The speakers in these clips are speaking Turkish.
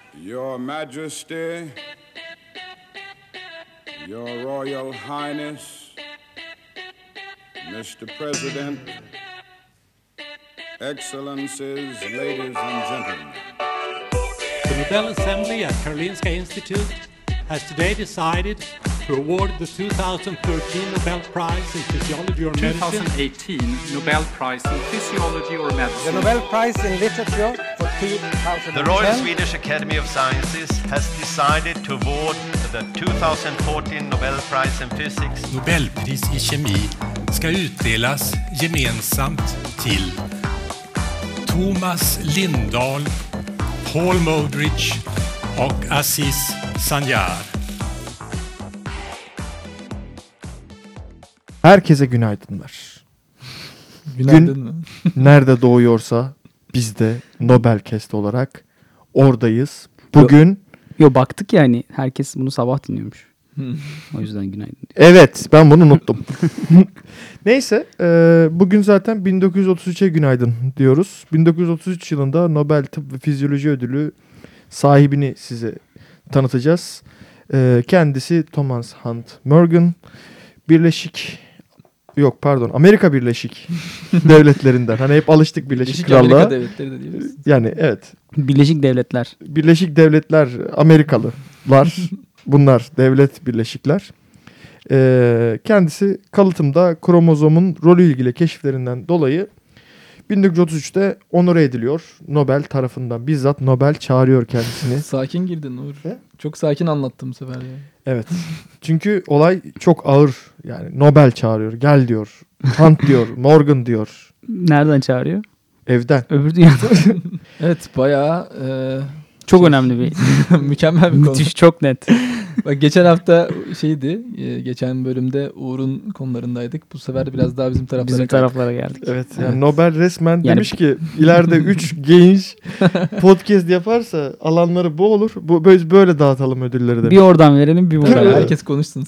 Your Majesty, Your Royal Highness, Mr. President, Excellencies, ladies and gentlemen. The Nobel Assembly at Karolinska Institute has today decided to award the 2013 Nobel Prize in Physiology or Medicine. 2018 Nobel Prize in Physiology or Medicine. The Nobel Prize in Literature for 2010. The Royal Swedish Academy of Sciences has decided to award the 2014 Nobel Prize in Physics. Nobelpris i kemi ska utdelas gemensamt till Thomas Lindahl, Paul Modrich och Aziz Sancar. Herkese günaydınlar. Günaydın Gün mı? nerede doğuyorsa biz de Nobelcast olarak oradayız. Bugün baktık ya hani herkes bunu sabah dinliyormuş. O yüzden günaydın. evet, ben bunu unuttum. Neyse, bugün zaten 1933'e günaydın diyoruz. 1933 yılında Nobel Tıp ve Fizyoloji Ödülü sahibini size tanıtacağız. Kendisi Thomas Hunt Morgan. Amerika Birleşik Devletlerinden. Hani hep alıştık Birleşik Krallığa. Amerika Devletleri de diyoruz. Yani evet. Birleşik Devletler. Birleşik Devletler Amerikalılar. Bunlar devlet birleşikler. Kendisi kalıtımda kromozomun rolü ilgili keşiflerinden dolayı 1933'te onore ediliyor. Nobel tarafından. Bizzat Nobel çağırıyor kendisini. Sakin girdin Uğur. He? Çok sakin anlattım bu sefer ya. Evet. Çünkü olay çok ağır. Yani Nobel çağırıyor. Gel diyor. Hunt diyor. Morgan diyor. Nereden çağırıyor? Evden. Öbür dünyada. Evet, bayağı Çok önemli bir. mükemmel bir konu. Müthiş, çok net. Bak, geçen hafta geçen bölümde Uğur'un konularındaydık. Bu sefer biraz daha bizim taraflara Bizim taraflara geldik. Evet. Yani Evet. Nobel resmen demiş ki ileride 3 genç podcast yaparsa alanları bu olur. Böyle dağıtalım ödülleri demiş. Bir oradan verelim, bir buradan Yani verelim. herkes konuşsun.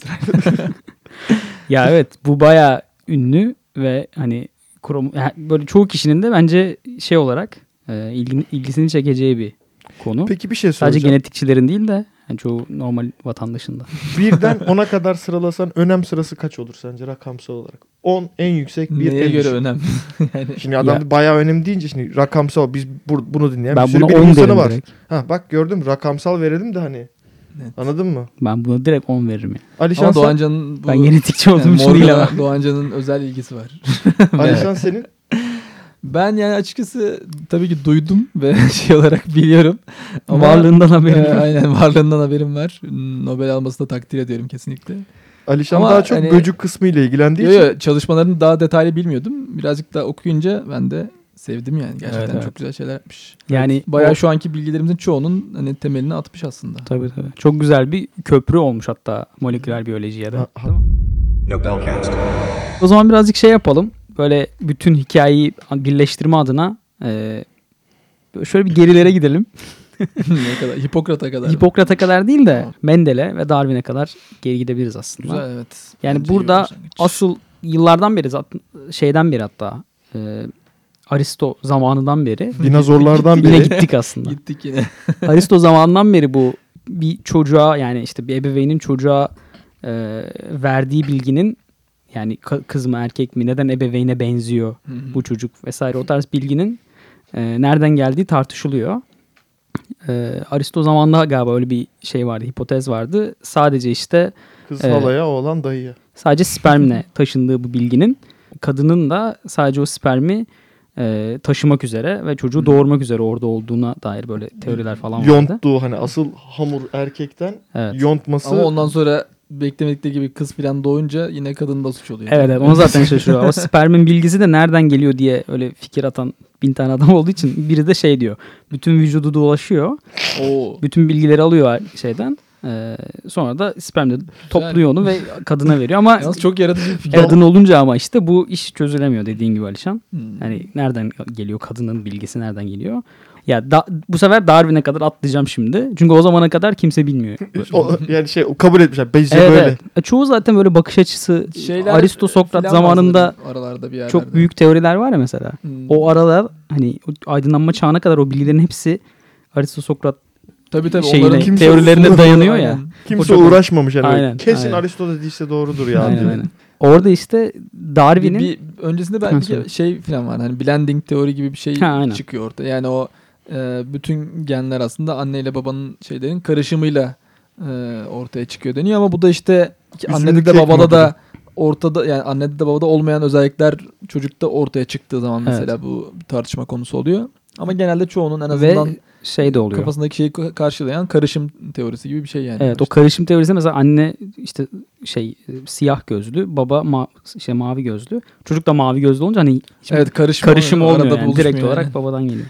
Ya evet, bu bayağı ünlü ve hani böyle çoğu kişinin de bence şey olarak ilgisini çekeceği bir konu. Peki bir şey Sadece soracağım. genetikçilerin değil de yani çoğu normal vatandaşın da. Birden 10'a kadar sıralasan önem sırası kaç olur sence rakamsal olarak? 10 en yüksek, bir Neye en göre düşük. önemli? Yani Şimdi adam bayağı önemli deyince şimdi rakamsal biz bunu dinleyen Ben bir sürü buna bilim 10 insanı derim var. direkt. Ha bak gördün mü rakamsal verelim de hani. Evet. Anladın mı? Ben buna direkt 10 veririm. Yani. Alişan ama sen, Doğancan'ın bu Ben genetikçi olduğum için değil ama. Doğancan'ın özel ilgisi var. Alişan senin? Ben yani açıkçası tabii ki duydum ve şey olarak biliyorum. Ama Varlığından haberim var. Aynen, varlığından haberim var. Nobel almasını da takdir ediyorum kesinlikle. Alişan Ama daha çok hani- böcük kısmı ile ilgilendiği için. Yo, çalışmalarını daha detaylı bilmiyordum. Birazcık daha okuyunca ben de sevdim yani. Gerçekten Evet. çok güzel şeyler yapmış. Yani Bayağı şu anki bilgilerimizin çoğunun hani temelini atmış aslında. Tabii. Çok güzel bir köprü olmuş hatta moleküler biyolojiye de. Nobelcast. O zaman birazcık şey yapalım. Böyle bütün hikayeyi birleştirme adına şöyle bir gerilere gidelim. Ne kadar? Hipokrat'a kadar. Hipokrat'a kadar değil de Mendel'e ve Darwin'e kadar geri gidebiliriz aslında. Güzel, evet. Yani Bence iyi burada bir başlangıç. asıl yıllardan beri zaten şeyden beri hatta Aristo zamanından beri Dinozorlardan yine biri. gittik aslında. Gittik yine. Aristo zamanından beri bu bir çocuğa yani işte bir ebeveynin çocuğa verdiği bilginin yani kız mı erkek mi neden ebeveyne benziyor bu çocuk vesaire o tarz bilginin nereden geldiği tartışılıyor. Aristo zamanında galiba öyle bir şey vardı, hipotez vardı. Sadece işte Kız halaya oğlan dayıya. sadece spermle taşındığı bu bilginin kadının da sadece o spermi taşımak üzere ve çocuğu doğurmak üzere orada olduğuna dair böyle teoriler falan vardı. Yonttuğu hani asıl hamur erkekten Evet. yontması. Ama ondan sonra beklemedikleri gibi kız falan doğunca yine kadın da suç oluyor. Evet, onu zaten şaşırıyor. O spermin bilgisi de nereden geliyor diye öyle fikir atan 1000 tane adam olduğu için biri de şey diyor. Bütün vücudu dolaşıyor. Oo. Bütün bilgileri alıyor şeyden. Sonra da spermde topluyor onu ve kadına veriyor ama Yalnız çok yaratıcı bir fikir. kadın olunca ama işte bu iş çözülemiyor dediğin gibi Alişan. Hmm. Hani nereden geliyor kadının bilgisi nereden geliyor? Ya bu sefer Darwin'e kadar atlayacağım şimdi. Çünkü o zamana kadar kimse bilmiyor. Yani o kabul etmişler. Bence Evet, böyle. evet. Çoğu zaten böyle bakış açısı Şeyler Aristo Sokrat filan zamanında vardı aralarda bir yerlerde. çok büyük teoriler var ya mesela. Hmm. O aralar hani o aydınlanma çağına kadar o bilgilerin hepsi Aristo Sokrat Tabii şeyine, onların teorilerine dayanıyor ya. Aynen. Kimse uğraşmamış yani. Aynen, Kesin aynen. Aristoteles'e doğrudur ya. Aynen, diye. aynen. Orada işte Darwin'in öncesinde belki Nasıl? şey falan var. Hani blending teori gibi bir şey Ha, aynen. çıkıyor orada. Yani o bütün genler aslında anneyle babanın şeylerin karışımıyla ortaya çıkıyor deniyor ama bu da işte annede de babada da ortada, yani annede de babada olmayan özellikler çocukta ortaya çıktığı zaman mesela Evet. bu bir tartışma konusu oluyor. Ama genelde çoğunun en azından ve şey de oluyor. kafasındaki şeyi karşılayan karışım teorisi gibi bir şey yani. Evet, o karışım teorisinde mesela anne işte siyah gözlü, baba mavi gözlü. Çocuk da mavi gözlü olunca hani evet, karışım olmuyor arada yani. Direkt buluşmuyor olarak yani. babadan geliyor.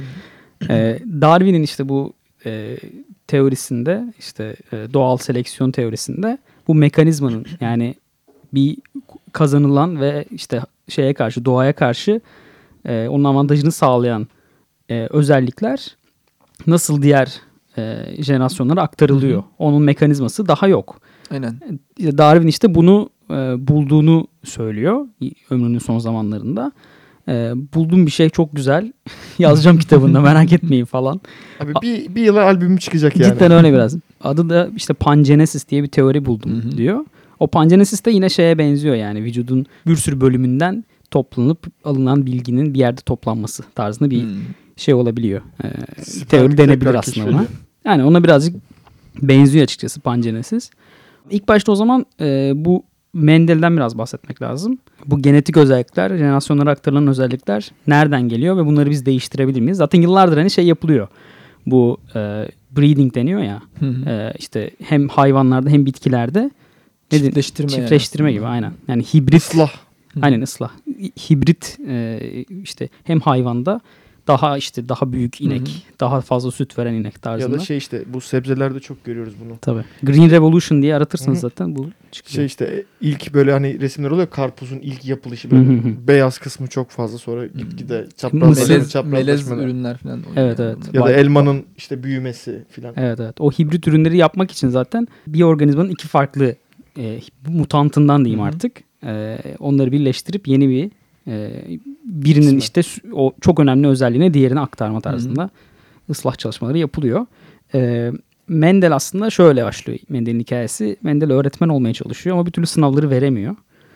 Darwin'in işte bu teorisinde işte doğal seleksiyon teorisinde bu mekanizmanın yani bir kazanılan ve işte şeye karşı, doğaya karşı onun avantajını sağlayan özellikler nasıl diğer jenerasyonlara aktarılıyor. Onun mekanizması daha yok. Aynen. Darwin işte bunu bulduğunu söylüyor ömrünün son zamanlarında. Bulduğum bir şey çok güzel. Yazacağım kitabında, merak etmeyin falan. Abi bir yıla albümü çıkacak yani. Cidden öyle biraz. Adı da işte pangenesis diye bir teori buldum diyor. O pangenesis de yine şeye benziyor yani vücudun bir sürü bölümünden toplanıp alınan bilginin bir yerde toplanması tarzında bir şey olabiliyor. Teori denebilir aslında ona. Yani ona birazcık benziyor açıkçası pangenesis. İlk başta o zaman bu Mendel'den biraz bahsetmek lazım. Bu genetik özellikler, jenerasyonlara aktarılan özellikler nereden geliyor ve bunları biz değiştirebilir miyiz? Zaten yıllardır hani şey yapılıyor. Bu breeding deniyor ya. İşte hem hayvanlarda hem bitkilerde çiftleştirme gibi aynen. Yani hibrit. Islah. Aynen ıslah. Hibrit işte hem hayvanda daha büyük inek, daha fazla süt veren inek tarzında. Ya da işte bu sebzelerde çok görüyoruz bunu. Tabii. Green Revolution diye aratırsınız zaten bu çıkıyor. İşte ilk böyle hani resimler oluyor, karpuzun ilk yapılışı böyle beyaz kısmı çok fazla, sonra gitgide çaprazlaşma. Melez ürünler falan oluyor. Evet. Ya da elmanın işte büyümesi falan. Evet. O hibrit ürünleri yapmak için zaten bir organizmanın iki farklı mutantından diyeyim artık. Onları birleştirip yeni bir birinin işte o çok önemli özelliğini diğerine aktarma tarzında ıslah çalışmaları yapılıyor. Mendel aslında şöyle başlıyor Mendel'in hikayesi. Mendel öğretmen olmaya çalışıyor ama bir türlü sınavları veremiyor.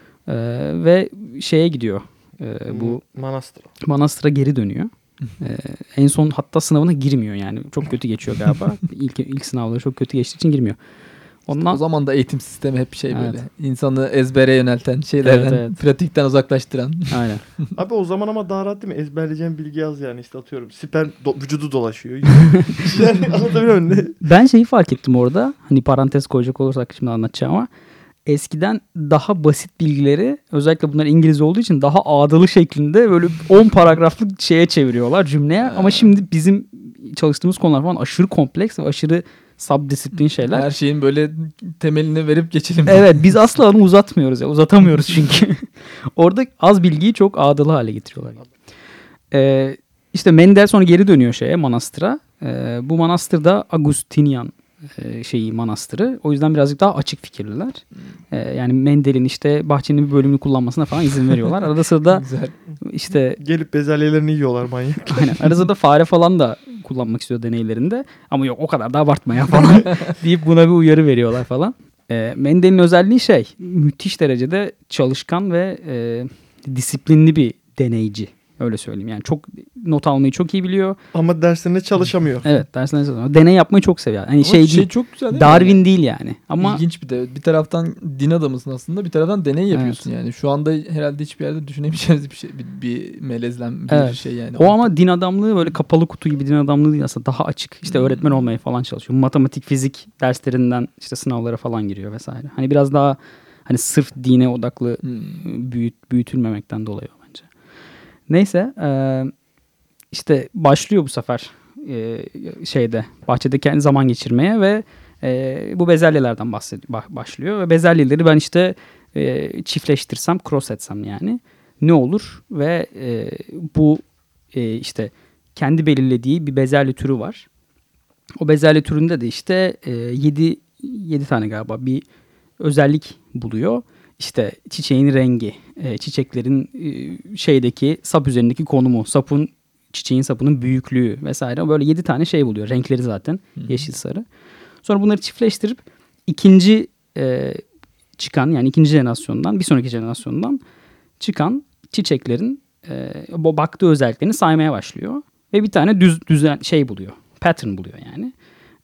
Ve şeye gidiyor. Bu Manastır'a geri dönüyor. En son hatta sınavına girmiyor yani. Çok kötü geçiyor galiba. İlk sınavları çok kötü geçtiği için girmiyor. O zaman da eğitim sistemi hep böyle. İnsanı ezbere yönelten şeylerden, pratikten uzaklaştıran. Aynen. Abi o zaman ama daha rahat değil mi? Ezberleyeceğim bilgi az yani, işte atıyorum. Sperm vücudu dolaşıyor. Yani anlatabiliyor muyum? Ben şeyi fark ettim orada. Hani parantez koyacak olursak şimdi anlatacağım ama eskiden daha basit bilgileri, özellikle bunlar İngilizce olduğu için daha ağdalı şeklinde böyle 10 paragraflık şeye çeviriyorlar cümleye. Ama şimdi bizim çalıştığımız konular falan aşırı kompleks ve aşırı subdisiplin şeyler. Her şeyin böyle temelini verip geçelim. Evet, biz asla onu uzatmıyoruz ya. Uzatamıyoruz çünkü. Orada az bilgiyi çok ağdalı hale getiriyorlar. İşte Mendel sonra geri dönüyor manastıra. Bu manastırda Agustinian manastırı. O yüzden birazcık daha açık fikirliler. Yani Mendel'in işte bahçenin bir bölümünü kullanmasına falan izin veriyorlar. Arada sırada işte gelip bezelyelerini yiyorlar manyak. Aynen. Arada sırada fare falan da kullanmak istiyor deneylerinde. Ama yok, o kadar da abartma ya falan deyip buna bir uyarı veriyorlar falan. Mendel'in özelliği müthiş derecede çalışkan ve disiplinli bir deneyci. Öyle söyleyeyim. Yani çok not almayı çok iyi biliyor. Ama derslerinde çalışamıyor. Evet, derslerinde çalışamıyor. Deney yapmayı çok seviyor. Hani değil, çok güzel değil Darwin mi? değil yani. Ama İlginç bir taraftan din adamısın aslında, bir taraftan deney yapıyorsun yani. Şu anda herhalde hiçbir yerde düşünemeyeceğimiz bir şey, bir melezlen bir şey yani. O ama din adamlığı böyle kapalı kutu gibi din adamlığı değil aslında, daha açık. İşte öğretmen olmaya falan çalışıyor. Matematik, fizik derslerinden işte sınavlara falan giriyor vesaire. Hani biraz daha hani sırf dine odaklı büyütülmemekten dolayı bence. Neyse işte başlıyor bu sefer bahçede kendi zaman geçirmeye ve bu bezelyelerden başlıyor. Ve bezelyeleri ben işte çiftleştirsem, cross etsem yani ne olur ve bu işte kendi belirlediği bir bezelye türü var. O bezelye türünde de işte 7 tane galiba bir özellik buluyor. İşte çiçeğin rengi, çiçeklerin sap üzerindeki konumu, sapın çiçeğin sapının büyüklüğü vesaire. Böyle 7 tane şey buluyor. Renkleri zaten yeşil, sarı. Sonra bunları çiftleştirip ikinci çıkan, yani ikinci jenerasyondan, bir sonraki jenerasyondan çıkan çiçeklerin baktığı özelliklerini saymaya başlıyor. Ve bir tane düzen şey buluyor. Pattern buluyor yani.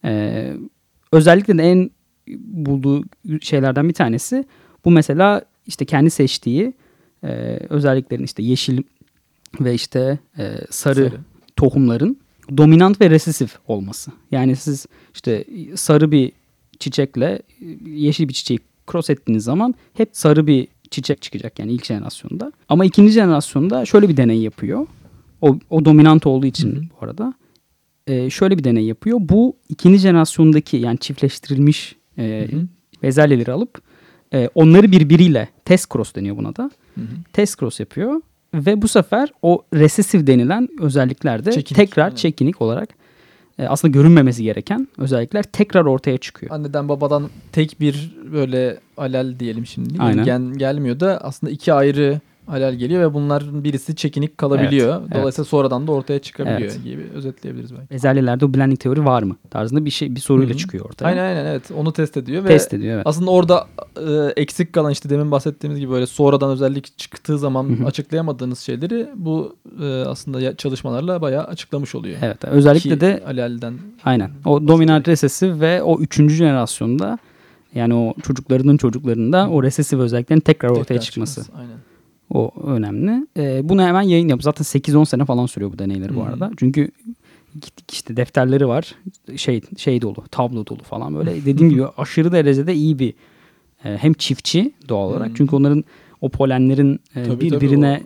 Özellikle de en bulduğu şeylerden bir tanesi bu, mesela işte kendi seçtiği özelliklerin işte yeşil ve işte sarı tohumların dominant ve resesif olması. Yani siz işte sarı bir çiçekle yeşil bir çiçeği cross ettiğiniz zaman hep sarı bir çiçek çıkacak yani ilk jenerasyonda. Ama ikinci jenerasyonda şöyle bir deney yapıyor. O dominant olduğu için bu arada. Şöyle bir deney yapıyor. Bu ikinci jenerasyondaki, yani çiftleştirilmiş bezelyeleri alıp onları birbiriyle test cross deniyor buna da. Test cross yapıyor. Ve bu sefer o resesif denilen özelliklerde tekrar çekinik olarak aslında görünmemesi gereken özellikler tekrar ortaya çıkıyor. Anneden babadan tek bir böyle alel diyelim şimdi. Aynen. Gen gelmiyor da aslında iki ayrı alel geliyor ve bunların birisi çekinik kalabiliyor. Evet, Dolayısıyla sonradan da ortaya çıkabiliyor Evet. gibi özetleyebiliriz belki. Bezelyelerde o blending teori var mı tarzında bir soruyla çıkıyor ortaya. Aynen evet, onu test ediyor ve Test ediyor, evet. aslında orada eksik kalan, işte demin bahsettiğimiz gibi böyle sonradan özellik çıktığı zaman açıklayamadığınız şeyleri bu aslında çalışmalarla bayağı açıklamış oluyor. Evet, özellikle de alelden. Aynen. O dominant resesif ve o 3. jenerasyonda, yani o çocuklarında o resesif özelliklerin tekrar ortaya çıkması. Aynen. O önemli. Bunu hemen yayın yapıyor. Zaten 8-10 sene falan sürüyor bu deneyleri bu arada. Çünkü işte defterleri var. Şey dolu, tablo dolu falan böyle. Dediğim gibi aşırı derecede iyi bir hem çiftçi doğal olarak. Çünkü onların o polenlerin birbirine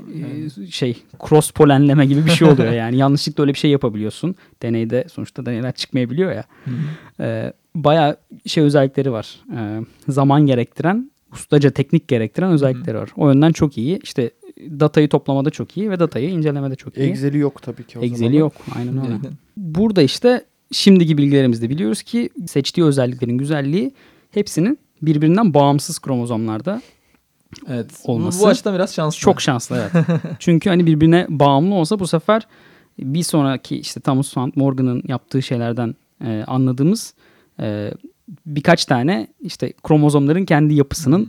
cross polenleme gibi bir şey oluyor yani. Yanlışlıkla öyle bir şey yapabiliyorsun. Deneyde sonuçta deneyler çıkmayabiliyor ya. Bayağı özellikleri var. Zaman gerektiren, ustaca teknik gerektiren özellikleri var. O yönden çok iyi. İşte datayı toplamada çok iyi ve datayı incelemede çok iyi. Excel'i yok tabii ki o zaman. Excel'i yok. Aynen öyle. Burada işte şimdiki bilgilerimizde biliyoruz ki seçtiği özelliklerin güzelliği hepsinin birbirinden bağımsız kromozomlarda olması. Bu açıdan biraz şanslı. Çok şanslı, evet. Çünkü hani birbirine bağımlı olsa bu sefer bir sonraki işte Thomas Hunt Morgan'ın yaptığı şeylerden anladığımız birkaç tane işte kromozomların kendi yapısının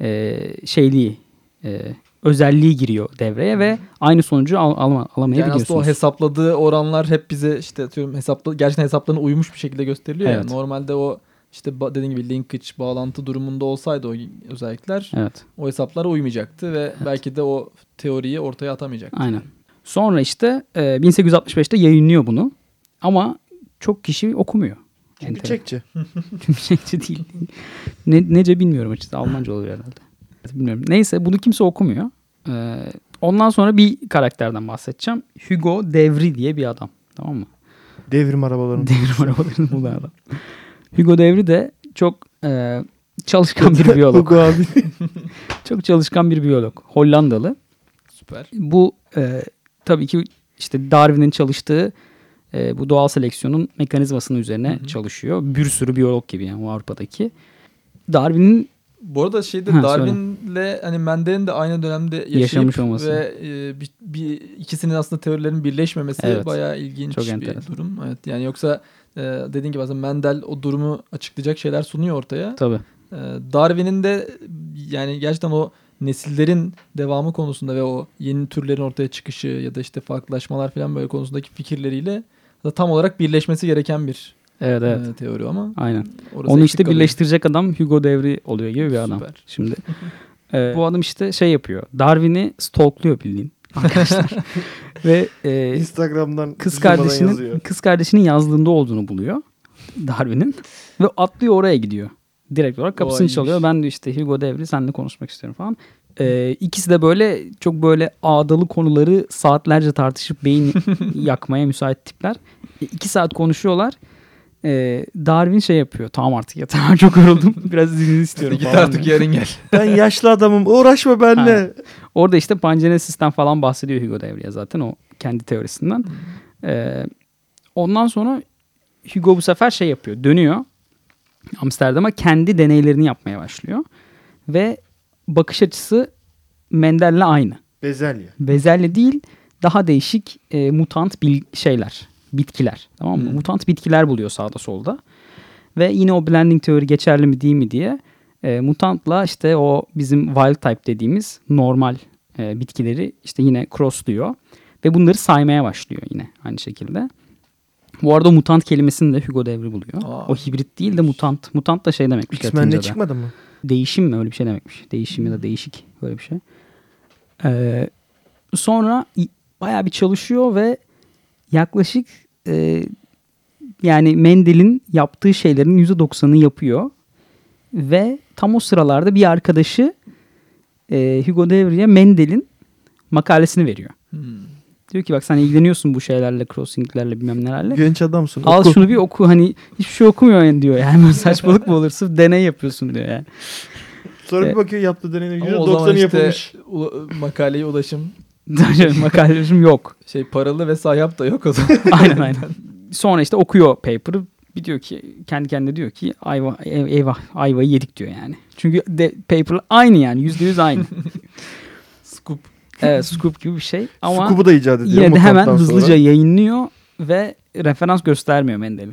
özelliği giriyor devreye ve aynı sonucu alamayabiliyorsunuz. Yani aslında o hesapladığı oranlar hep bize işte atıyorum gerçekten hesaplarına uymuş bir şekilde gösteriliyor. Evet. Yani normalde o işte dediğin gibi linkage, bağlantı durumunda olsaydı o özellikler o hesaplara uymayacaktı ve belki de o teoriyi ortaya atamayacaktı. Aynen. Sonra işte 1865'te yayınlıyor bunu ama çok kişi okumuyor. Çünkü Çekçe. Çünkü Çekçe değil. Nece bilmiyorum açıkçası. Almanca oluyor herhalde. Bilmiyorum. Neyse, bunu kimse okumuyor. Ondan sonra bir karakterden bahsedeceğim. Hugo de Vries diye bir adam. Tamam mı? Devrim arabalarını bulan adam. Hugo de Vries de çok çalışkan bir biyolog. Hugo abi. Çok çalışkan bir biyolog. Hollandalı. Süper. Bu tabii ki işte Darwin'in çalıştığı bu doğal seleksiyonun mekanizmasının üzerine çalışıyor. Bir sürü biyolog gibi yani o Avrupa'daki. Darwin'in bu arada Darwin'le hani Mendel'in de aynı dönemde yaşamış olması ve bir ikisinin aslında teorilerin birleşmemesi bayağı ilginç bir durum. Evet, yani yoksa dediğin gibi aslında Mendel o durumu açıklayacak şeyler sunuyor ortaya. Tabii. Darwin'in de yani gerçekten o nesillerin devamı konusunda ve o yeni türlerin ortaya çıkışı ya da işte farklılaşmalar falan böyle konusundaki fikirleriyle tam olarak birleşmesi gereken bir teori ama. Aynen. Onu işte birleştirecek adam Hugo de Vries oluyor gibi bir adam. Süper. Şimdi bu adam işte yapıyor. Darwin'i stalkluyor bildiğin arkadaşlar. Ve Instagram'dan kız kardeşinin yazlığında olduğunu buluyor Darwin'in ve atlıyor oraya gidiyor. Direkt olarak kapısını çalıyor. Ben de işte Hugo de Vries seninle konuşmak istiyorum falan. İkisi de böyle çok böyle ağdalı konuları saatlerce tartışıp beyin yakmaya müsait tipler. 2 saat konuşuyorlar. Darwin yapıyor. Tamam artık yeter. Çok yoruldum. Biraz iznini istiyorum. Git artık yarın gel. Ben yaşlı adamım. Uğraşma benimle. Orada işte pangenesisten falan bahsediyor Hugo de Vries zaten o kendi teorisinden. Ondan sonra Hugo bu sefer yapıyor. Dönüyor Amsterdam'a, kendi deneylerini yapmaya başlıyor. Ve bakış açısı Mendel'le aynı. Bezelye. Bezelye değil. daha değişik mutant bitkiler. Tamam mı? Mutant bitkiler buluyor sağda solda. Ve yine o blending teori geçerli mi değil mi diye mutantla işte o bizim wild type dediğimiz normal bitkileri işte yine crossluyor. Ve bunları saymaya başlıyor yine aynı şekilde. Bu arada mutant kelimesini de Hugo de Avray buluyor. O hibrit değil de mutant. Mutant da şey demekmiş. X-Men'de çıkmadı mı? Değişim mi? Öyle bir şey demekmiş. Değişim ya da değişik. Böyle bir şey. Sonra bayağı bir çalışıyor ve yaklaşık yani Mendel'in yaptığı şeylerin %90'ını yapıyor. Ve tam o sıralarda bir arkadaşı Hugo de Avray'e Mendel'in makalesini veriyor. Diyor ki bak sen ilgileniyorsun bu şeylerle, crossinglerle bilmem nelerle. Genç adamsın. Al oku. şunu bir oku, hani hiçbir şey okumuyor diyor. Yani saçmalık mı olur? Sırf deney yapıyorsun diyor yani. Sonra bir bakıyor yaptığı deneyin Ama o zaman %90'ı işte yapılmış. makaleye ulaşım Makalelerim yok. paralı ve sayap da yok o zaman. Aynen. Sonra işte okuyor paper'ı. Bir diyor ki kendi kendine diyor ki ayvayı yedik diyor yani. Çünkü paper aynı yani %100 aynı. Scoop. Evet, scoop gibi bir şey. Ama Scoop'u da icat ediyor. yine de hemen mutanttan hızlıca sonra. yayınlıyor ve referans göstermiyor Mendel'i.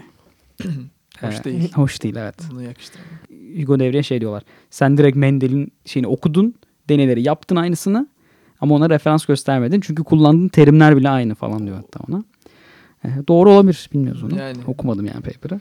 Hoş değil. Hoş değil, evet. Bunu yakıştıramam. Hugo de Avray'e şey diyorlar. Sen direkt Mendel'in şeyini okudun, deneyleri yaptın aynısını ama ona referans göstermedin. Çünkü kullandığın terimler bile aynı falan diyor hatta ona. Doğru olabilir, bilmiyoruz onu. Yani. Okumadım yani paper'ı.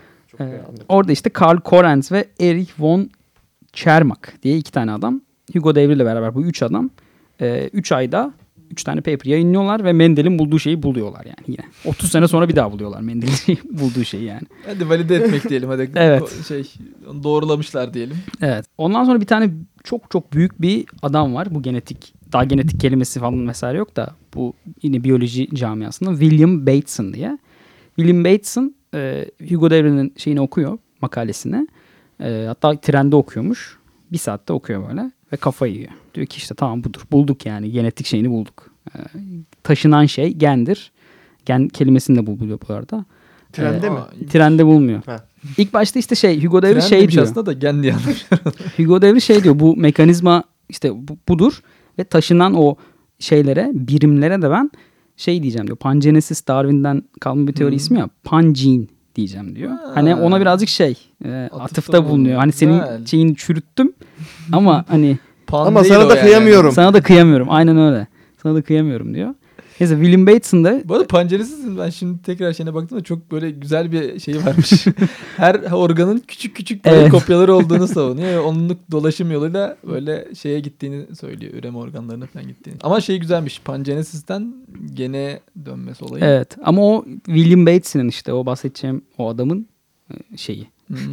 Orada işte Karl Korrent ve Erich von Tschermak diye 2 tane adam. Hugo de Avray ile beraber bu 3 adam 3 ayda 3 tane paper yayınlıyorlar ve Mendel'in bulduğu şeyi buluyorlar yani yine. 30 sene sonra bir daha buluyorlar Mendel'in bulduğu şeyi yani. Hadi valide etmek diyelim. Hadi Evet. Onu doğrulamışlar diyelim. Evet. Ondan sonra bir tane çok çok büyük bir adam var. Bu daha genetik kelimesi falan vesaire yok da bu yine biyoloji camiasında William Bateson diye. William Bateson Hugo de Avray'nin şeyini okuyor, makalesini. Hatta trende okuyormuş. 1 saatte okuyor böyle ve kafayı yiyor. Diyor ki işte tamam budur. Bulduk yani. Genetik şeyini bulduk. Taşınan şey gendir. Gen kelimesini de buluyor bu arada. Trende mi? Trende bulmuyor. Ha. İlk başta işte Hugo de Avray Tren şey demiş diyor. aslında da gen diye anlamış. Hugo de Avray şey diyor. Bu mekanizma işte budur. Ve taşınan o şeylere, birimlere de ben şey diyeceğim diyor. Pangenesis, Darwin'den kalma bir teori ismi ya. Pangene diyeceğim diyor. Hani ona birazcık atıfta bulunuyor. Hani senin şeyini çürüttüm ama hani ama sana da kıyamıyorum. Sana da kıyamıyorum. Aynen öyle. Sana da kıyamıyorum diyor. Neyse William Bateson da... Bu arada Pangenesis'in ben şimdi tekrar şeyine baktığımda çok böyle güzel bir şey varmış. Her organın küçük küçük böyle kopyaları olduğunu savunuyor. Onluk dolaşım yoluyla böyle şeye gittiğini söylüyor. Üreme organlarına falan gittiğini. Ama şey güzelmiş. Pangenesis'ten gene dönmesi olayı. Evet ama o William Bateson'ın işte o bahsedeceğim o adamın şeyi.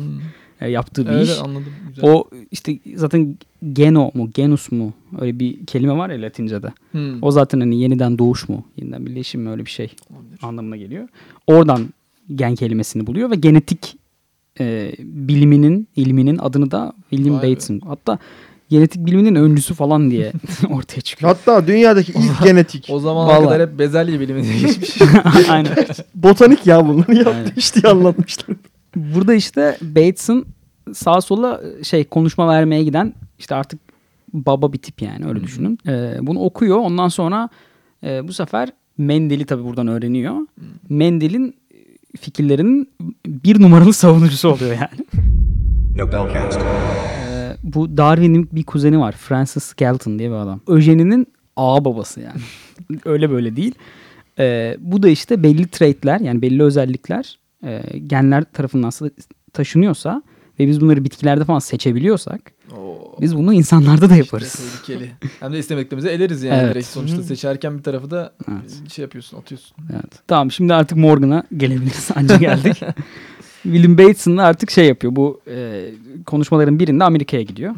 Yaptığı bir iş. Evet anladım. Güzel. O işte zaten genus mu öyle bir kelime var ya Latince'de. O zaten hani yeniden doğuş mu, yeniden birleşim mi öyle bir şey anlamına geliyor. Oradan gen kelimesini buluyor ve genetik ilminin adını da William Bateson. Hatta genetik biliminin öncüsü falan diye ortaya çıkıyor. Hatta dünyadaki ilk genetik. O zamana kadar hep bezelye bilimine geçmiş. Aynen. Botanik ya bunları yaptı işte anlatmışlar. Burada işte Bateson sağa sola konuşma vermeye giden işte artık baba bir tip yani öyle düşünün. Bunu okuyor. Ondan sonra bu sefer Mendel'i tabii buradan öğreniyor. Mendel'in fikirlerinin 1 numaralı savunucusu oluyor yani. Nobelcast. Bu Darwin'in bir kuzeni var. Francis Skelton diye bir adam. Öjeninin ağa babası yani. Öyle böyle değil. Bu da işte belli traitler yani belli özellikler genler tarafından taşınıyorsa ve biz bunları bitkilerde falan seçebiliyorsak biz bunu insanlarda da yaparız. İşte tehlikeli. Hem de istemediklerimizi eleriz yani. Evet. Direkt sonuçta seçerken bir tarafı da şey yapıyorsun, atıyorsun. Evet. Tamam şimdi artık Morgan'a gelebiliriz. Anca geldik. William Bateson'la artık şey yapıyor. Bu konuşmaların birinde Amerika'ya gidiyor.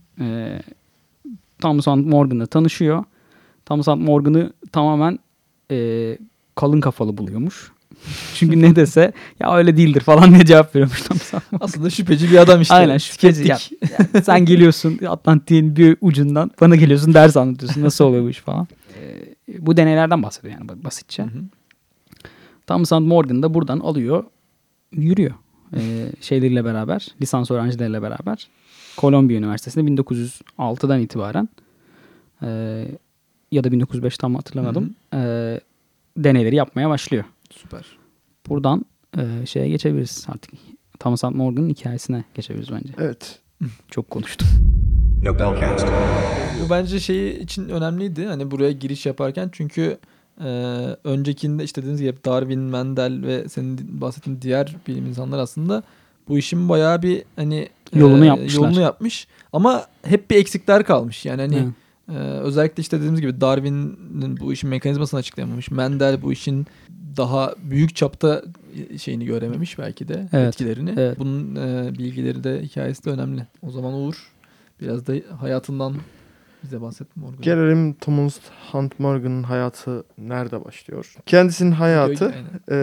Thomas Hunt Morgan'la tanışıyor. Thomas Hunt Morgan'ı tamamen kalın kafalı buluyormuş. Çünkü ne dese ya öyle değildir falan diye cevap veriyormuş. Aslında şüpheci bir adam işte. Aynen şüpheci. Ya, sen geliyorsun Atlantik'in bir ucundan bana geliyorsun ders anlatıyorsun. Nasıl oluyor bu iş falan. Bu deneylerden bahsediyor yani basitçe. Thomas Hunt Morgan da buradan alıyor yürüyor. Şeyleriyle beraber lisans öğrencileriyle beraber Columbia Üniversitesi'nde 1906'dan itibaren ya da 1905 tam hatırlamadım. Deneyleri yapmaya başlıyor. Süper. Buradan şeye geçebiliriz artık. Thomas Hunt Morgan'ın hikayesine geçebiliriz bence. Evet. Çok konuştum. Nobelcast. Bu bence şey için önemliydi. Hani buraya giriş yaparken çünkü öncekinde işte dediğiniz gibi Darwin, Mendel ve senin bahsettiğin diğer bilim insanları aslında bu işin bayağı bir hani yolunu yapmış. Ama hep bir eksikler kalmış. Yani hani özellikle işte dediğimiz gibi Darwin'in bu işin mekanizmasını açıklayamamış. Mendel bu işin daha büyük çapta şeyini görememiş belki de etkilerini. Evet. Bunun bilgileri de hikayesi de önemli. O zaman Uğur biraz da hayatından bize bahset Morgan. Gelelim Thomas Hunt Morgan'ın hayatı nerede başlıyor? Kendisinin hayatı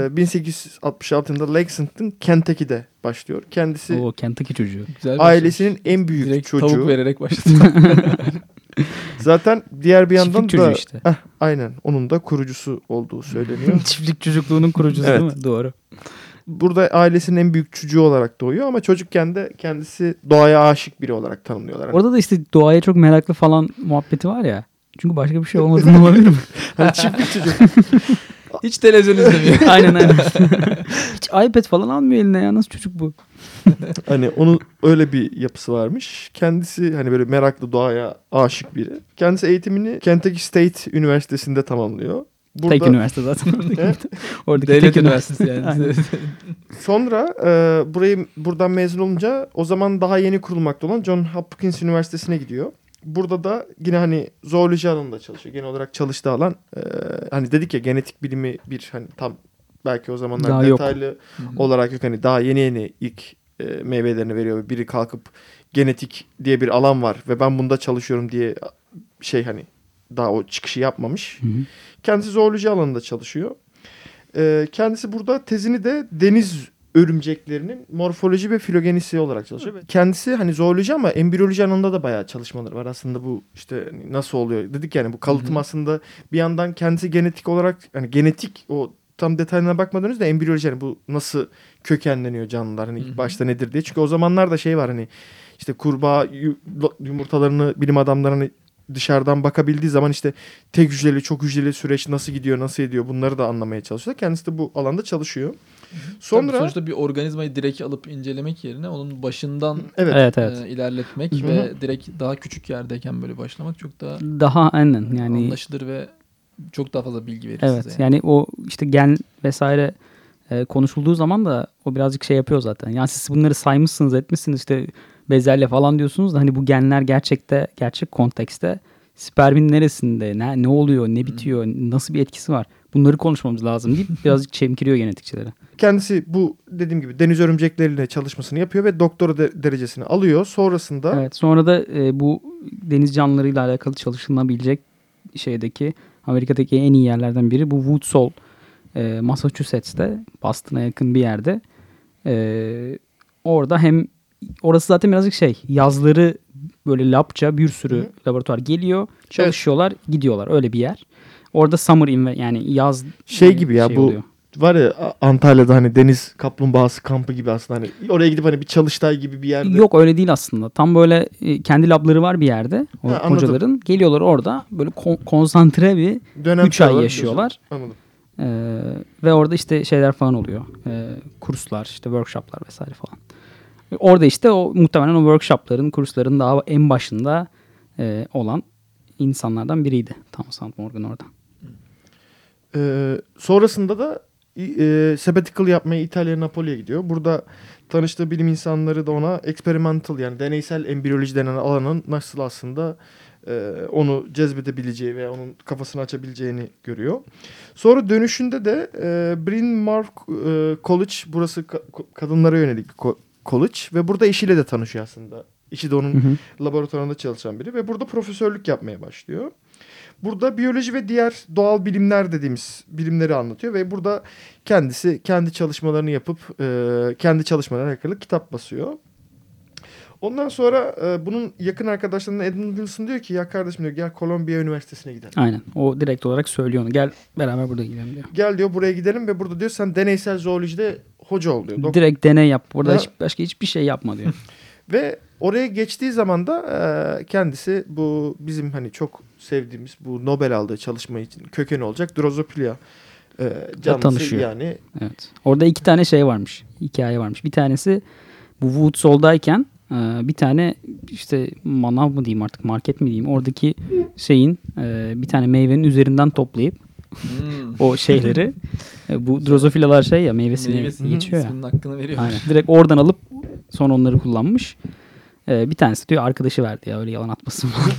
1866 yılında Lexington, Kentucky'de başlıyor. Kendisi o Kentucky çocuğu. Ailesinin en büyük direkt çocuğu. Tavuk vererek başladı. Zaten diğer bir yandan çiftlik da işte. Aynen onun da kurucusu olduğu söyleniyor. Çiftlik çocukluğunun kurucusu değil mi? Doğru. Burada ailesinin en büyük çocuğu olarak doğuyor ama çocukken de kendisi doğaya aşık biri olarak tanımlıyorlar. Orada da işte doğaya çok meraklı falan muhabbeti var ya. Çünkü başka bir şey olmadığını olabilir mi? Hani çiftlik çocuk. Hiç televizyon izlemiyor. Aynen. Hiç iPad falan almıyor eline ya. Nasıl çocuk bu? Hani onun öyle bir yapısı varmış. Kendisi hani böyle meraklı, doğaya aşık biri. Kendisi eğitimini Kentucky State Üniversitesi'nde tamamlıyor. Tek üniversite zaten. Oradaki devlet üniversitesi yani. Sonra buradan mezun olunca o zaman daha yeni kurulmakta olan John Hopkins Üniversitesi'ne gidiyor. Burada da yine hani zooloji alanında çalışıyor. Genel olarak çalıştığı alan hani dedik ya genetik bilimi bir hani tam belki o zamanlar daha detaylı yok. olarak yok. Hani daha yeni ilk meyvelerini veriyor. Biri kalkıp genetik diye bir alan var ve ben bunda çalışıyorum diye şey hani daha o çıkışı yapmamış. Kendisi zooloji alanında çalışıyor. Kendisi burada tezini de deniz örümceklerinin morfoloji ve filogenisi olarak çalışıyor. Evet. Kendisi hani zooloji ama embriyoloji alanında da bayağı çalışmaları var. Aslında bu işte nasıl oluyor dedik yani bu kalıtım aslında bir yandan kendisi genetik olarak hani genetik o tam detaylarına bakmadığınızda embriyoloji yani bu nasıl kökenleniyor canlılar hani ilk başta nedir diye. Çünkü o zamanlarda şey var hani işte kurbağa yumurtalarını bilim adamları hani dışarıdan bakabildiği zaman işte tek hücreli çok hücreli süreç nasıl gidiyor nasıl ediyor bunları da anlamaya çalışıyor. Kendisi de bu alanda çalışıyor. Sonra sonuçta bir organizmayı direkt alıp incelemek yerine onun başından evet. ilerletmek ve direkt daha küçük yerdeyken böyle başlamak çok daha aynen yani anlaşılır ve çok daha fazla bilgi verir size. Yani. Yani o işte gen vesaire konuşulduğu zaman da o birazcık şey yapıyor zaten. Yani siz bunları saymışsınız etmişsiniz işte bezelye falan diyorsunuz da hani bu genler gerçek kontekste spermin neresinde ne oluyor ne bitiyor nasıl bir etkisi var bunları konuşmamız lazım deyip birazcık çemkiriyor genetikçilere. Kendisi bu dediğim gibi deniz örümcekleriyle çalışmasını yapıyor ve doktora derecesini alıyor. Sonrasında sonra da bu deniz canlılarıyla alakalı çalışılabilecek şeydeki Amerika'daki en iyi yerlerden biri bu Woods Hole Massachusetts'te Boston'a yakın bir yerde. Orada hem orası zaten birazcık yazları böyle labça bir sürü laboratuvar geliyor, çalışıyorlar, gidiyorlar öyle bir yer. Orada summer yani yaz gibi ya bu oluyor. Var ya Antalya'da hani deniz kaplumbağası kampı gibi aslında hani oraya gidip hani bir çalıştay gibi bir yerde. Yok öyle değil aslında. Tam böyle kendi labları var bir yerde hocaların. Geliyorlar orada böyle konsantre bir 3 ay yaşıyorlar. Anladım. Ve orada işte şeyler falan oluyor. Kurslar, işte workshoplar vesaire falan. Orada işte o muhtemelen o workshopların, kursların daha en başında olan insanlardan biriydi. Thomas Hunt Morgan orada. Sonrasında da sabbatical yapmaya İtalya Napoli'ye gidiyor. Burada tanıştığı bilim insanları da ona experimental yani deneysel embriyoloji denen alanın nasıl aslında onu cezbedebileceği veya onun kafasını açabileceğini görüyor. Sonra dönüşünde de Bryn Mawr College burası kadınlara yönelik bir college ve burada eşiyle de tanışıyor aslında. Eşi de onun laboratuvarında çalışan biri ve burada profesörlük yapmaya başlıyor. Burada biyoloji ve diğer doğal bilimler dediğimiz bilimleri anlatıyor ve burada kendisi kendi çalışmalarını yapıp kendi çalışmalarına alakalı kitap basıyor. Ondan sonra bunun yakın arkadaşlarından Edmund Wilson diyor ki ya kardeşim diyor gel Columbia Üniversitesi'ne gidelim. Aynen o direkt olarak söylüyor onu gel beraber burada gidelim diyor. Gel diyor buraya gidelim ve burada diyor sen deneysel zoolojide hoca ol diyor. Direkt deney yap burada başka hiçbir şey yapma diyor. Ve oraya geçtiği zaman da kendisi bu bizim hani çok sevdiğimiz bu Nobel aldığı çalışma için kökeni olacak Drosophila canlısı tanışıyor. yani. Evet. Orada 2 tane şey varmış. Hikaye varmış. Bir tanesi bu Woodstoll'dayken bir tane işte manav mı diyeyim artık market mi diyeyim oradaki şeyin bir tane meyvenin üzerinden toplayıp o şeyleri bu drozophilalar şey ya meyvesini geçiyor ya. İsminin hakkını veriyor. Aynen. Direkt oradan alıp sonra onları kullanmış. Bir tanesi diyor arkadaşı verdi ya öyle yalan atmasın falan.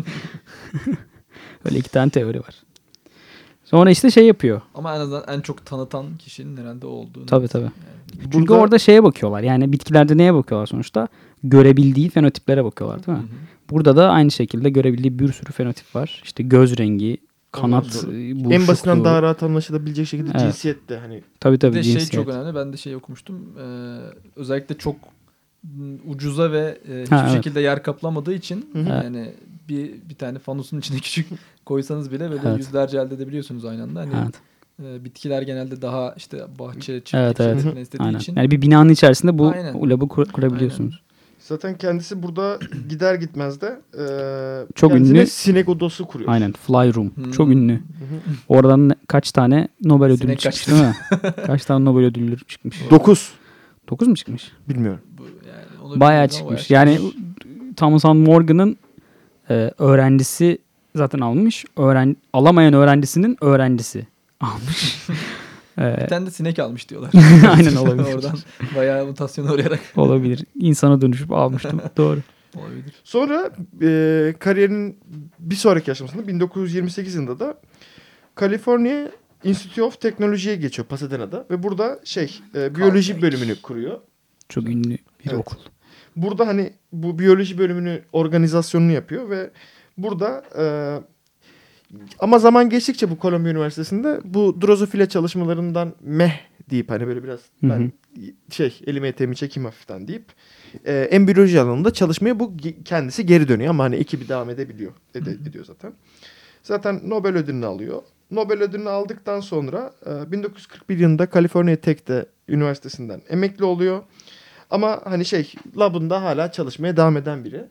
Öyle 2 tane teori var. Sonra işte şey yapıyor. Ama en azından en çok tanıtan kişinin herhalde o olduğunu. Tabii. Yani. Çünkü Burada... orada şeye bakıyorlar. Yani bitkilerde neye bakıyorlar sonuçta? Görebildiği fenotiplere bakıyorlar değil mi? Burada da aynı şekilde görebildiği bir sürü fenotip var. İşte göz rengi, kanat buruşukluğu. En basitinden daha rahat anlaşılabilecek şekilde cinsiyet de hani. Tabii Bir de cinsiyet. şey çok önemli. Ben de şey okumuştum. Özellikle çok ucuza ve hiçbir şekilde yer kaplamadığı için yani bir tane fanusun içine küçük koysanız bile böyle yüzlerce elde edebiliyorsunuz aynı anda. Hani bitkiler genelde daha işte bahçe, çiftlik istediği için. Yani bir binanın içerisinde bu labı kurabiliyorsunuz. Aynen. Zaten kendisi burada gider gitmez de çok ünlü sinek odası kuruyor. Aynen. Fly Room. Çok ünlü. Oradan kaç tane Nobel ödülü çıkmış değil mi? Kaç tane Nobel ödülü çıkmış? 9. 9 mu çıkmış? Bilmiyorum. Yani bayağı çıkmış. Yani Thomas Hunt Morgan'ın öğrencisi zaten almış. Alamayan öğrencisinin öğrencisi almış. Bir tane de sinek almış diyorlar. Aynen olabilir. Oradan bayağı mutasyona uğrayarak. Olabilir. İnsana dönüşüp almıştım. Doğru. Olabilir. Sonra kariyerinin bir sonraki aşamasında 1928 yılında da California Institute of Technology'ye geçiyor Pasadena'da ve burada biyoloji bölümünü kuruyor. Çok ünlü bir okul. Burada hani bu biyoloji bölümünü organizasyonunu yapıyor ve burada ama zaman geçtikçe bu Columbia Üniversitesi'nde bu Drosophila çalışmalarından deyip hani böyle biraz ben elime eteğimi çekeyim hafiften deyip embriyoloji alanında çalışmaya bu kendisi geri dönüyor ama hani ekibi devam edebiliyor. Ediyor zaten. Zaten Nobel ödülünü alıyor. Nobel ödülünü aldıktan sonra 1941 yılında California Tech'te üniversitesinden emekli oluyor. Ama hani labında hala çalışmaya devam eden biri.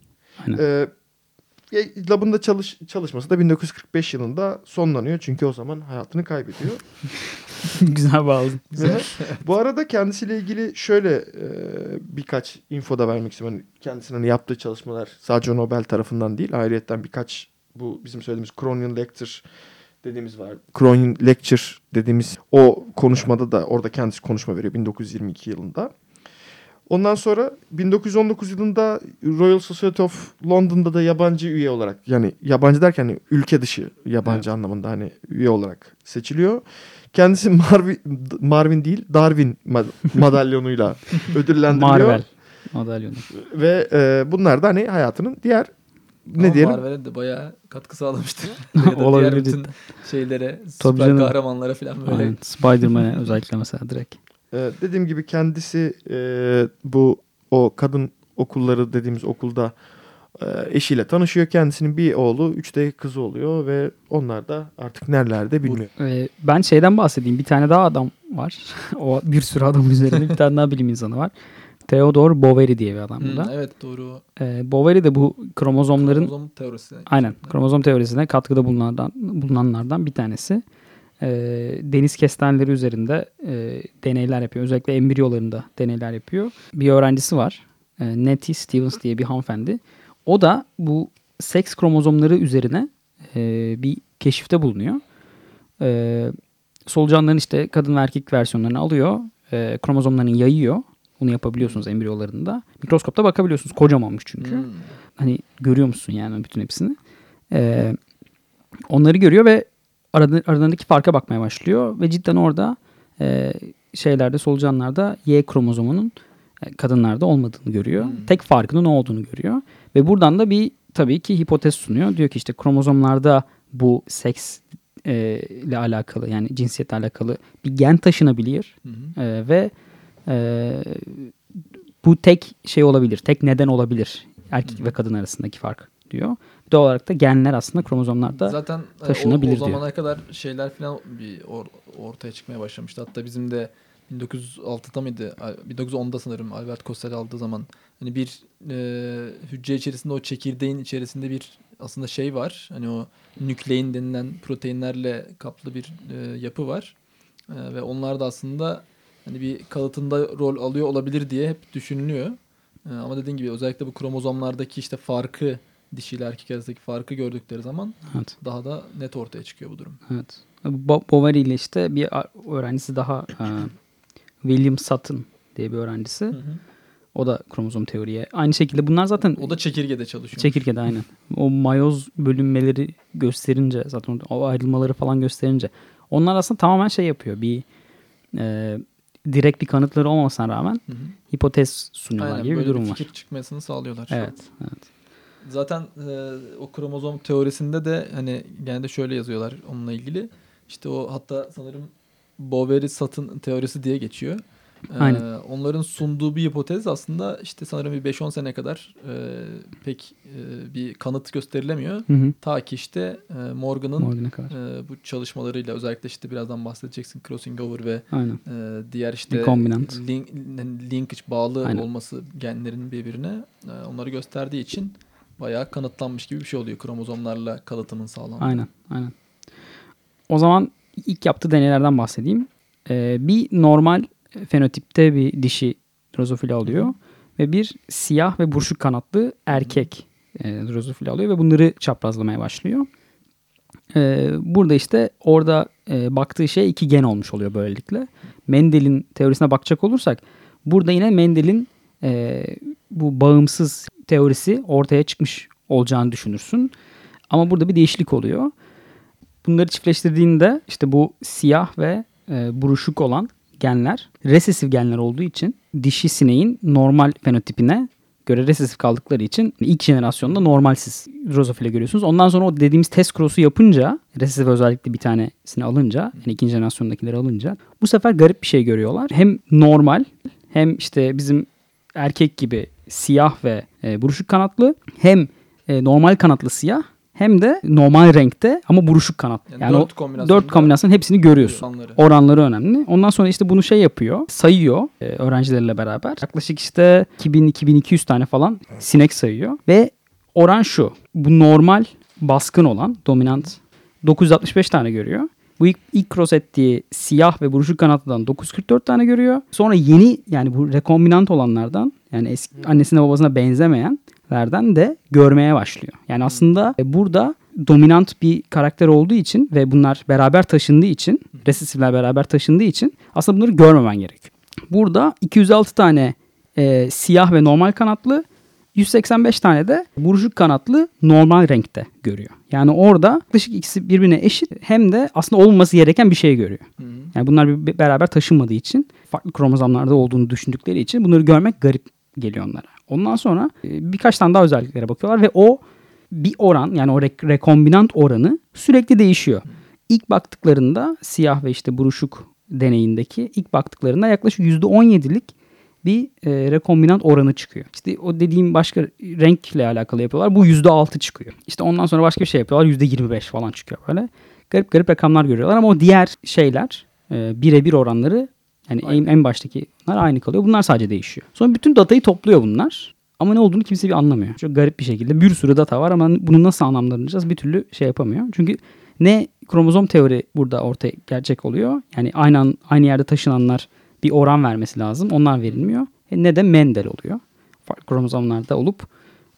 Labında çalışması da 1945 yılında sonlanıyor. Çünkü o zaman hayatını kaybediyor. Güzel bağladın. Bu arada kendisiyle ilgili şöyle birkaç info da vermek istiyorum. Yani kendisinin yaptığı çalışmalar sadece Nobel tarafından değil. Ayrıyeten birkaç bu bizim söylediğimiz Cronin Lecture dediğimiz var. Cronin Lecture dediğimiz o konuşmada da orada kendisi konuşma veriyor 1922 yılında. Ondan sonra 1919 yılında Royal Society of London'da da yabancı üye olarak yani yabancı derken hani ülke dışı yabancı anlamında hani üye olarak seçiliyor. Kendisi Marvin değil Darwin madalyonuyla ödüllendiriliyor. Marvel madalyonu. Ve bunlar da hani hayatının diğer diyelim? Marvel'e de bayağı katkı sağlamıştır. Olabilir. Diğer bütün şeylere, süper kahramanlara falan böyle. Aynen. Spider-Man'e özellikle mesela direkt. Dediğim gibi kendisi o kadın okulları dediğimiz okulda eşiyle tanışıyor. Kendisinin bir oğlu, 3 de kızı oluyor ve onlar da artık nerelerde bilmiyor. Ben şeyden bahsedeyim. Bir tane daha adam var. O bir sürü adam üzerinde bir tane daha bilim insanı var. Theodore Boveri diye bir adam burada. Evet doğru. Boveri de bu kromozomların kromozom teorisine. Aynen. Kromozom teorisine katkıda bulunanlardan bir tanesi. Deniz kestaneleri üzerinde deneyler yapıyor. Özellikle embriyolarında deneyler yapıyor. Bir öğrencisi var. Nettie Stevens diye bir hanımefendi. O da bu seks kromozomları üzerine bir keşifte bulunuyor. Solucanların işte kadın ve erkek versiyonlarını alıyor. Kromozomlarını yayıyor. Bunu yapabiliyorsunuz embriyolarında. Mikroskopta bakabiliyorsunuz. Kocamanmış çünkü. Hani görüyor musun yani bütün hepsini. Onları görüyor ve aralarındaki farka bakmaya başlıyor. Ve cidden orada solucanlarda Y kromozomunun kadınlarda olmadığını görüyor. Tek farkının o olduğunu görüyor. Ve buradan da bir tabii ki hipotez sunuyor. Diyor ki işte kromozomlarda bu seks ile alakalı yani cinsiyetle alakalı bir gen taşınabilir. Ve bu tek olabilir. Tek neden olabilir. Erkek ve kadın arasındaki fark diyor. Doğal olarak da genler aslında kromozomlarda zaten taşınabilir o zamana diyor. kadar şeyler falan ortaya çıkmaya başlamıştı. Hatta bizim de 1906'da mıydı? 1910'da sanırım Albert Costello aldığı zaman. Hani bir hücre içerisinde o çekirdeğin içerisinde bir aslında şey var. Hani o nüklein denilen proteinlerle kaplı bir yapı var. Ve onlar da aslında hani bir kalıtımda rol alıyor olabilir diye hep düşünülüyor. Ama dediğin gibi özellikle bu kromozomlardaki işte farkı, dişi ile erkek arasındaki farkı gördükleri zaman daha da net ortaya çıkıyor bu durum. Evet. Bovary ile işte bir öğrencisi daha William Sutton diye bir öğrencisi. O da kromozom teoriye. Aynı şekilde bunlar zaten... O da çekirgede çalışıyor. Çekirgede aynen. O mayoz bölünmeleri gösterince zaten o ayrılmaları falan gösterince onlar aslında tamamen şey yapıyor. Bir direkt bir kanıtları olmamasına rağmen hipotez sunuyorlar gibi bir durum var. Böyle fikir çıkmasını sağlıyorlar. Evet. Zaten o kromozom teorisinde de hani genelde şöyle yazıyorlar onunla ilgili. İşte o hatta sanırım Boveri-Sutton teorisi diye geçiyor. Onların sunduğu bir hipotez aslında işte sanırım bir 5-10 sene kadar pek bir kanıt gösterilemiyor. Ta ki işte Morgan'ın bu çalışmalarıyla özellikle işte birazdan bahsedeceksin crossing over ve diğer işte linkage bağlı olması genlerin birbirine onları gösterdiği için bayağı kanıtlanmış gibi bir şey oluyor kromozomlarla kalıtımın sağlandığı. Aynen. O zaman ilk yaptığı deneylerden bahsedeyim. Bir normal fenotipte bir dişi drozofili alıyor ve bir siyah ve buruşuk kanatlı erkek drozofili alıyor ve bunları çaprazlamaya başlıyor. Burada işte orada baktığı şey 2 gen olmuş oluyor böylelikle. Mendel'in teorisine bakacak olursak burada yine Mendel'in bu bağımsız teorisi ortaya çıkmış olacağını düşünürsün. Ama burada bir değişiklik oluyor. Bunları çiftleştirdiğinde işte bu siyah ve buruşuk olan genler resesif genler olduğu için dişi sineğin normal fenotipine göre resesif kaldıkları için ilk jenerasyonda normalsiz drozofile görüyorsunuz. Ondan sonra o dediğimiz test cross'u yapınca resesif özellikle bir tanesini alınca yani ikinci jenerasyondakileri alınca bu sefer garip bir şey görüyorlar. Hem normal hem işte bizim erkek gibi siyah ve buruşuk kanatlı hem normal kanatlı siyah hem de normal renkte ama buruşuk kanatlı. Yani o 4 kombinasyon hepsini görüyorsun. Oranları önemli. Ondan sonra işte bunu şey yapıyor. Sayıyor öğrencileriyle beraber. Yaklaşık işte 2000-2200 tane falan sinek sayıyor. Ve oran şu. Bu normal baskın olan dominant 965 tane görüyor. Bu ilk cross ettiği siyah ve buruşuk kanatlıdan 944 tane görüyor. Sonra yeni yani bu rekombinant olanlardan yani eski annesine babasına benzemeyenlerden de görmeye başlıyor. Yani aslında burada dominant bir karakter olduğu için ve bunlar beraber taşındığı için resesifler beraber taşındığı için aslında bunları görmemen gerekiyor. Burada 206 tane siyah ve normal kanatlı 185 tane de buruşuk kanatlı normal renkte görüyor. Yani orada yaklaşık ikisi birbirine eşit hem de aslında olması gereken bir şey görüyor. Yani bunlar beraber taşınmadığı için farklı kromozomlarda olduğunu düşündükleri için bunları görmek garip geliyor onlara. Ondan sonra birkaç tane daha özelliklere bakıyorlar ve o bir oran yani o rekombinant oranı sürekli değişiyor. İlk baktıklarında siyah ve işte buruşuk deneyindeki ilk baktıklarında yaklaşık %17'lik bir rekombinant oranı çıkıyor. İşte o dediğim başka renkle alakalı yapıyorlar. Bu %6 çıkıyor. İşte ondan sonra başka bir şey yapıyorlar. %25 falan çıkıyor böyle. Garip garip rakamlar görüyorlar ama o diğer şeyler birebir oranları yani en baştakiler aynı kalıyor. Bunlar sadece değişiyor. Sonra bütün datayı topluyor bunlar. Ama ne olduğunu kimse bir anlamıyor. Çok garip bir şekilde bir sürü data var ama bunu nasıl anlamlandıracağız bir türlü şey yapamıyor. Çünkü ne kromozom teori burada ortaya gerçek oluyor. Yani aynı yerde taşınanlar bir oran vermesi lazım. Onlar verilmiyor. Ne de Mendel oluyor. Farklı kromozomlarda olup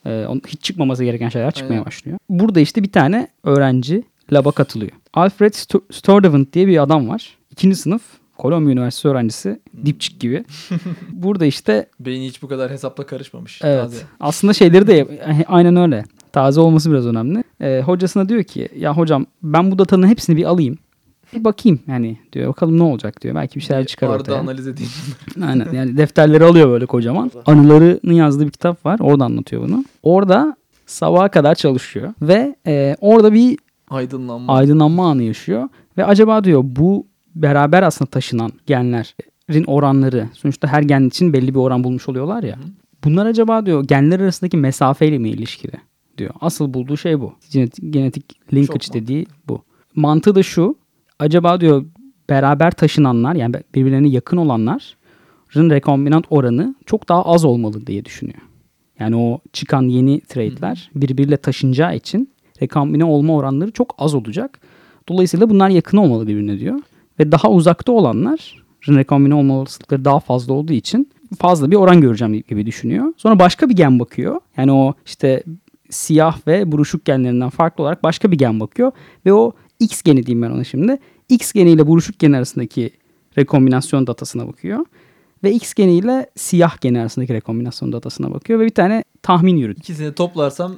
hiç çıkmaması gereken şeyler çıkmaya başlıyor. Burada işte bir tane öğrenci laba katılıyor. Alfred Stordevant diye bir adam var. 2. sınıf Kolombiya Üniversitesi öğrencisi. Dipçik gibi. Burada işte... Beyni hiç bu kadar hesapla karışmamış. Evet. Taze. Aslında şeyleri de aynen öyle. Taze olması biraz önemli. Hocasına diyor ki ya hocam ben bu datanın hepsini bir alayım. Bir bakayım yani diyor. Bakalım ne olacak diyor. Belki bir şeyler çıkar ortaya. Arada analiz edeyim. Aynen yani defterleri alıyor böyle kocaman. Anılarını yazdığı bir kitap var. Orada anlatıyor bunu. Orada sabaha kadar çalışıyor. Ve orada bir aydınlanma anı yaşıyor. Ve acaba diyor bu beraber aslında taşınan genlerin oranları. Sonuçta her gen için belli bir oran bulmuş oluyorlar ya. Bunlar acaba diyor genler arasındaki mesafeyle mi ilişkili diyor. Asıl bulduğu şey bu. Genetik linkage dediği bu. Mantığı da şu. Acaba diyor beraber taşınanlar yani birbirlerine yakın olanların rekombinant oranı çok daha az olmalı diye düşünüyor. Yani o çıkan yeni traitler birbiriyle taşınacağı için rekombine olma oranları çok az olacak. Dolayısıyla bunlar yakın olmalı birbirine diyor. Ve daha uzakta olanların rekombine olma olasılıkları daha fazla olduğu için fazla bir oran göreceğim gibi düşünüyor. Sonra başka bir gen bakıyor. Yani o işte siyah ve buruşuk genlerinden farklı olarak başka bir gen bakıyor. Ve o X geni diyeyim ben ona şimdi. X geniyle buruşuk gen arasındaki rekombinasyon datasına bakıyor. Ve X geniyle siyah geni arasındaki rekombinasyon datasına bakıyor. Ve bir tane tahmin yürütüyor. İkisini toplarsam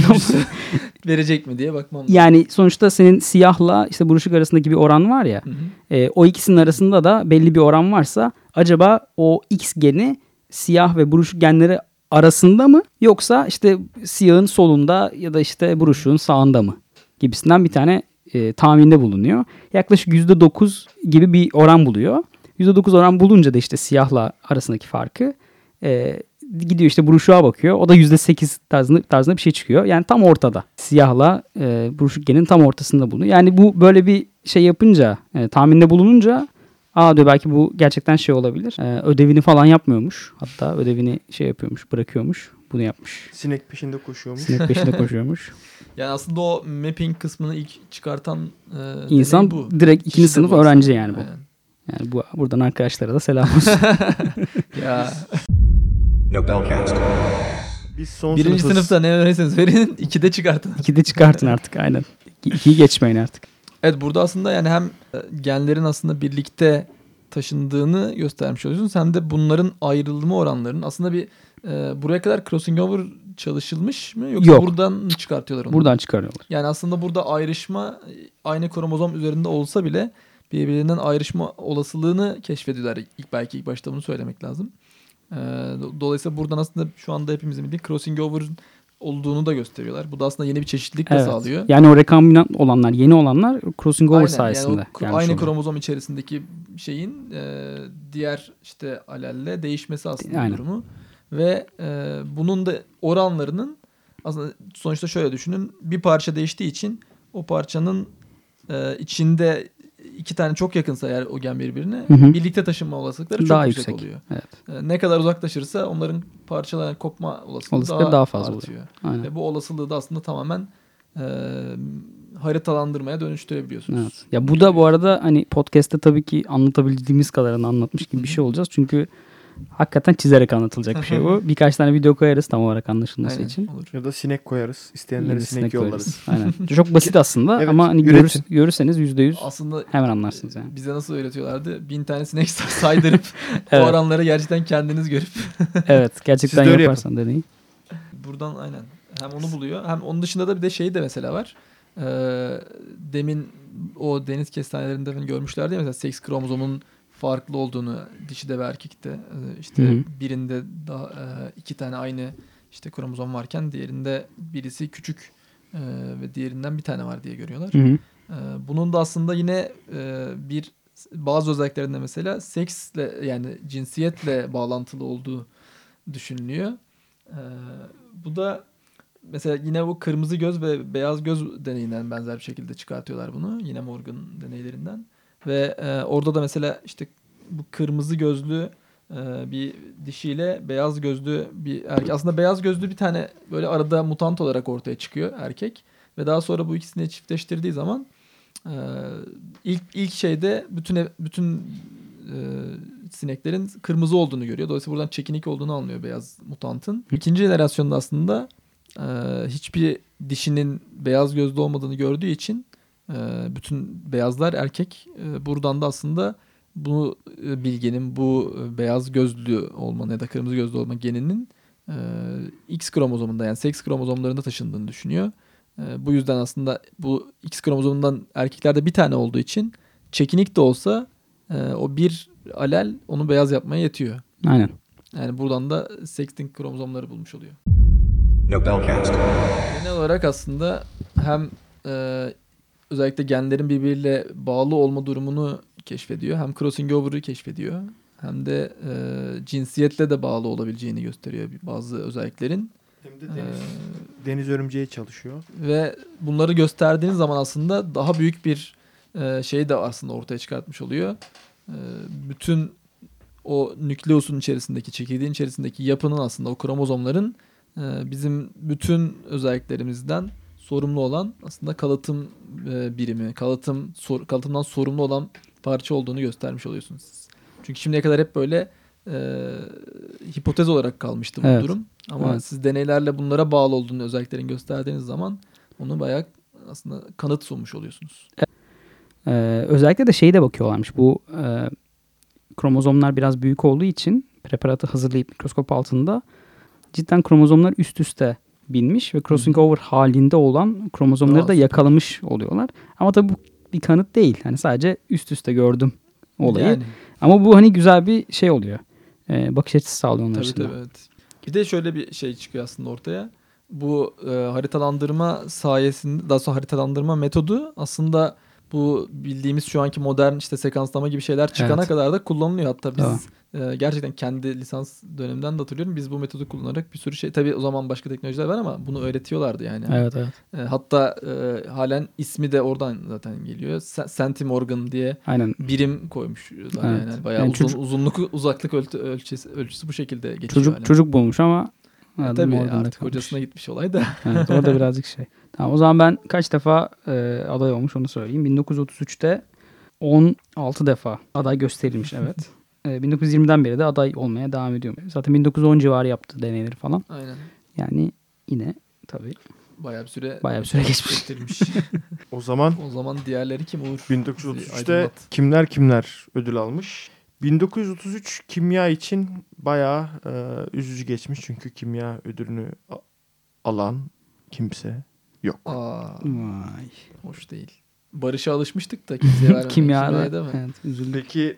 verecek mi diye bakmam lazım. Yani sonuçta senin siyahla işte buruşuk arasındaki bir oran var ya. O ikisinin arasında da belli bir oran varsa acaba o X geni siyah ve buruşuk genleri arasında mı? Yoksa işte siyahın solunda ya da işte buruşuğun sağında mı? Gibisinden bir tane tahminde bulunuyor. Yaklaşık %9 gibi bir oran buluyor. %9 oran bulunca da işte siyahla arasındaki farkı gidiyor işte buruşuğa bakıyor. O da %8 tarzında bir şey çıkıyor. Yani tam ortada. Siyahla buruşuk genin tam ortasında bulunuyor. Yani bu böyle bir şey yapınca, tahminde bulununca diyor belki bu gerçekten şey olabilir. Ödevini falan yapmıyormuş. Hatta ödevini şey yapıyormuş, bırakıyormuş. Bunu yapmış. Sinek peşinde koşuyormuş. Sinek peşinde koşuyormuş. Yani aslında o mapping kısmını ilk çıkartan İnsan bu. direkt ikinci İşte sınıf bu öğrenci aslında. yani bu. Aynen. Yani bu buradan arkadaşlara da selam olsun. Ya. Nobelcast. Biz son Birinci sınıfta ne öğrenirseniz verin, 2'de çıkartın. 2'de çıkartın artık aynen. 2'yi geçmeyin artık. Evet, burada aslında yani hem genlerin aslında birlikte taşındığını göstermiş oluyorsunuz. Hem de bunların ayrılma oranlarının aslında bir buraya kadar crossing over çalışılmış mı? Yoksa Yok. buradan mı çıkartıyorlar onu? Buradan çıkarıyorlar. Yani aslında burada ayrışma aynı kromozom üzerinde olsa bile birbirinden ayrışma olasılığını keşfediyorlar. Belki ilk başta bunu söylemek lazım. Dolayısıyla buradan aslında şu anda hepimizin bildiği crossing over olduğunu da gösteriyorlar. Bu da aslında yeni bir çeşitlilik de sağlıyor. Yani o rekombinant olanlar, yeni olanlar crossing over sayesinde. Yani aynı kromozom içerisindeki şeyin diğer işte alelle değişmesi aslında durumu. Ve bunun da oranlarının aslında sonuçta şöyle düşünün. Bir parça değiştiği için o parçanın içinde iki tane çok yakınsa eğer o gen birbirine birlikte taşınma olasılıkları daha çok yüksek oluyor. Evet. Ne kadar uzaklaşırsa onların parçalarına kopma olasılığı daha fazla artıyor. Oluyor. Ve bu olasılığı da aslında tamamen haritalandırmaya dönüştürebiliyorsunuz. Evet. Ya bu da bu arada hani podcast'te tabii ki anlatabildiğimiz kadarını anlatmış gibi bir şey olacağız. Çünkü hakikaten çizerek anlatılacak bir şey bu. Birkaç tane video koyarız tam olarak anlaşılması için. Olur. Ya da sinek koyarız. İsteyenlere sinek yollarız. Aynen. Çok basit aslında Evet, ama hani görürseniz %100 aslında hemen anlarsınız yani. Bize nasıl öğretiyorlardı? 1000 tane sinek saydırıp o oranları gerçekten kendiniz görüp. Evet, gerçekten yaparsan deneyin. Buradan aynen. Hem onu buluyor. Hem onun dışında da bir de şey de mesela var. Demin o deniz kestanelerinde görmüşlerdi ya mesela seks kromozomun farklı olduğunu dişide ve erkekte. İşte birinde daha iki tane aynı işte kromozom varken diğerinde birisi küçük ve diğerinden bir tane var diye görüyorlar. Bunun da aslında yine bazı özelliklerinde mesela seksle yani cinsiyetle bağlantılı olduğu düşünülüyor. Bu da mesela yine bu kırmızı göz ve beyaz göz deneyinden benzer bir şekilde çıkartıyorlar bunu. Yine Morgan deneylerinden. Ve orada da mesela işte bu kırmızı gözlü bir dişiyle beyaz gözlü bir erkek. Aslında beyaz gözlü bir tane böyle arada mutant olarak ortaya çıkıyor erkek. Ve daha sonra bu ikisini çiftleştirdiği zaman ilk şeyde bütün sineklerin kırmızı olduğunu görüyor. Dolayısıyla buradan çekinik olduğunu anlıyor beyaz mutantın. İkinci jenerasyonda aslında hiçbir dişinin beyaz gözlü olmadığını gördüğü için bütün beyazlar erkek. Buradan da aslında bu bilgenin bu beyaz gözlü olma ya da kırmızı gözlü olma geninin X kromozomunda yani seks kromozomlarında taşındığını düşünüyor. Bu yüzden aslında bu X kromozomundan erkeklerde bir tane olduğu için çekinik de olsa o bir alel onu beyaz yapmaya yetiyor. Aynen. Yani buradan da sexting kromozomları bulmuş oluyor. Nobelcast. Genel olarak aslında hem özellikle genlerin birbiriyle bağlı olma durumunu keşfediyor. Hem crossing over'ı keşfediyor. Hem de cinsiyetle de bağlı olabileceğini gösteriyor bazı özelliklerin. Hem de deniz örümceği çalışıyor. Ve bunları gösterdiğiniz zaman aslında daha büyük bir şeyi de aslında ortaya çıkartmış oluyor. Bütün o nükleosun içerisindeki, çekirdeğin içerisindeki yapının aslında o kromozomların bizim bütün özelliklerimizden sorumlu olan aslında kalıtım birimi, kalıtımdan sorumlu olan parça olduğunu göstermiş oluyorsunuz siz. Çünkü şimdiye kadar hep böyle hipotez olarak kalmıştı bu durum. Ama siz deneylerle bunlara bağlı olduğunu özelliklerini gösterdiğiniz zaman onu bayağı aslında kanıt sunmuş oluyorsunuz. Özellikle de şeyi de bakıyorlarmış. Bu kromozomlar biraz büyük olduğu için preparatı hazırlayıp mikroskop altında cidden kromozomlar üst üste binmiş ve crossing over halinde olan kromozomları da yakalamış oluyorlar. Ama tabii bu bir kanıt değil. Hani sadece üst üste gördüm olayı. Yani. Ama bu hani güzel bir şey oluyor. Bakış açısı sağlıyor onlar için. Tabii evet. Bir de şöyle bir şey çıkıyor aslında ortaya. Bu haritalandırma sayesinde, daha sonra haritalandırma metodu aslında bu bildiğimiz şu anki modern işte sekanslama gibi şeyler çıkana kadar da kullanılıyor. Hatta biz gerçekten kendi lisans dönemimden de hatırlıyorum. Biz bu metodu kullanarak bir sürü şey, tabii o zaman başka teknolojiler var ama bunu öğretiyorlardı yani. Evet. Hatta halen ismi de oradan zaten geliyor. Centimorgan diye birim koymuşlar yani. Bayağı yani uzunluk uzaklık ölçüsü bu şekilde geçiyor. Çocuk bulmuş ama tabii artık hocasına gitmiş olay da. Evet, orada birazcık şey. Tamam, o zaman ben kaç defa aday olmuş onu söyleyeyim. 1933'te 16 defa aday gösterilmiş evet. 1920'den beri de aday olmaya devam ediyor. Zaten 1910 civarı yaptı deneyleri falan. Aynen. Yani yine tabii bayağı bir süre geçmiş. O zaman diğerleri kim olur? 1933'te kimler ödül almış? 1933 kimya için bayağı üzücü geçmiş. Çünkü kimya ödülünü alan kimse yok. Vay. Hoş değil. Barış'a alışmıştık da kimseye vermemek. Kimyada değil mi? Evet, üzüldüm. Peki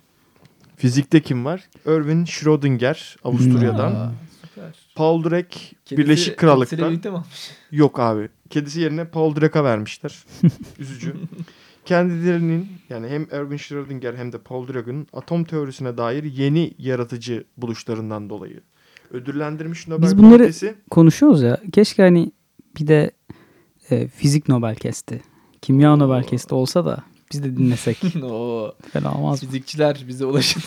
fizikte kim var? Erwin Schrödinger Avusturya'dan. Süper. Paul Dirac Birleşik Krallık'tan. Kedisiyle birlikte mi almış? Yok abi. Kedisi yerine Paul Dirac'a vermişler. Üzücü. Kendilerinin yani hem Erwin Schrödinger hem de Paul Dirac'ın atom teorisine dair yeni yaratıcı buluşlarından dolayı ödüllendirmiş Nobel Biz bunları Komitesi. Konuşuyoruz ya. Keşke hani bir de fizik Nobelkesti, kimya Nobelkesti olsa da biz de dinlesek. Fena olmaz. Fizikçiler bize ulaşın.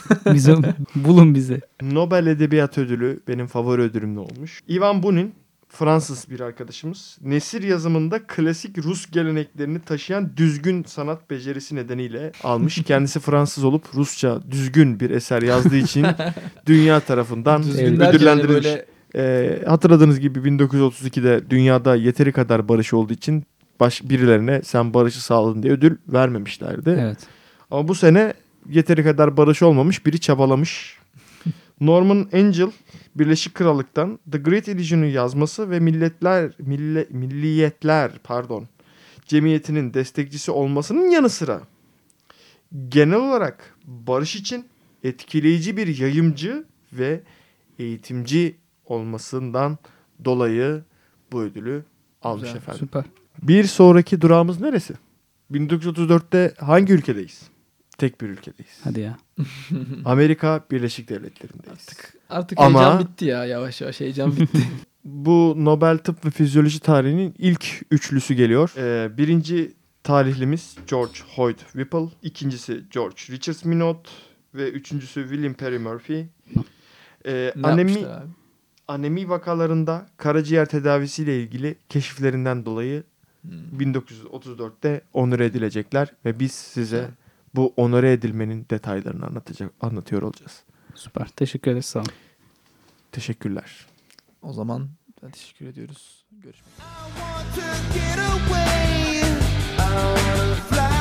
Bulun bizi. Nobel Edebiyat Ödülü benim favori ödülüm olmuş. Ivan Bunin, Fransız bir arkadaşımız, nesir yazımında klasik Rus geleneklerini taşıyan düzgün sanat becerisi nedeniyle almış. Kendisi Fransız olup Rusça düzgün bir eser yazdığı için dünya tarafından ödüllendirilmiş. Hatırladığınız gibi 1932'de dünyada yeteri kadar barış olduğu için birilerine sen barışı sağladın diye ödül vermemişlerdi. Evet. Ama bu sene yeteri kadar barış olmamış, biri çabalamış. Norman Angell Birleşik Krallık'tan The Great Illusion'u yazması ve Milliyetler Cemiyeti'nin destekçisi olmasının yanı sıra genel olarak barış için etkileyici bir yayımcı ve eğitimci olmasından dolayı bu ödülü almış efendim. Süper. Bir sonraki durağımız neresi? 1934'te hangi ülkedeyiz? Tek bir ülkedeyiz. Hadi ya. Amerika Birleşik Devletleri'ndeyiz. Artık heyecan bitti ya. Yavaş yavaş heyecan bitti. Bu Nobel Tıp ve Fizyoloji tarihinin ilk üçlüsü geliyor. Birinci tarihlimiz George Hoyt Whipple. İkincisi George Richards Minot. Ve üçüncüsü William Perry Murphy. Anemi vakalarında karaciğer tedavisiyle ilgili keşiflerinden dolayı 1934'te onore edilecekler. Ve biz size bu onore edilmenin detaylarını anlatıyor olacağız. Süper. Teşekkür ederiz. Sağ olun. Teşekkürler. O zaman teşekkür ediyoruz. Görüşmek üzere.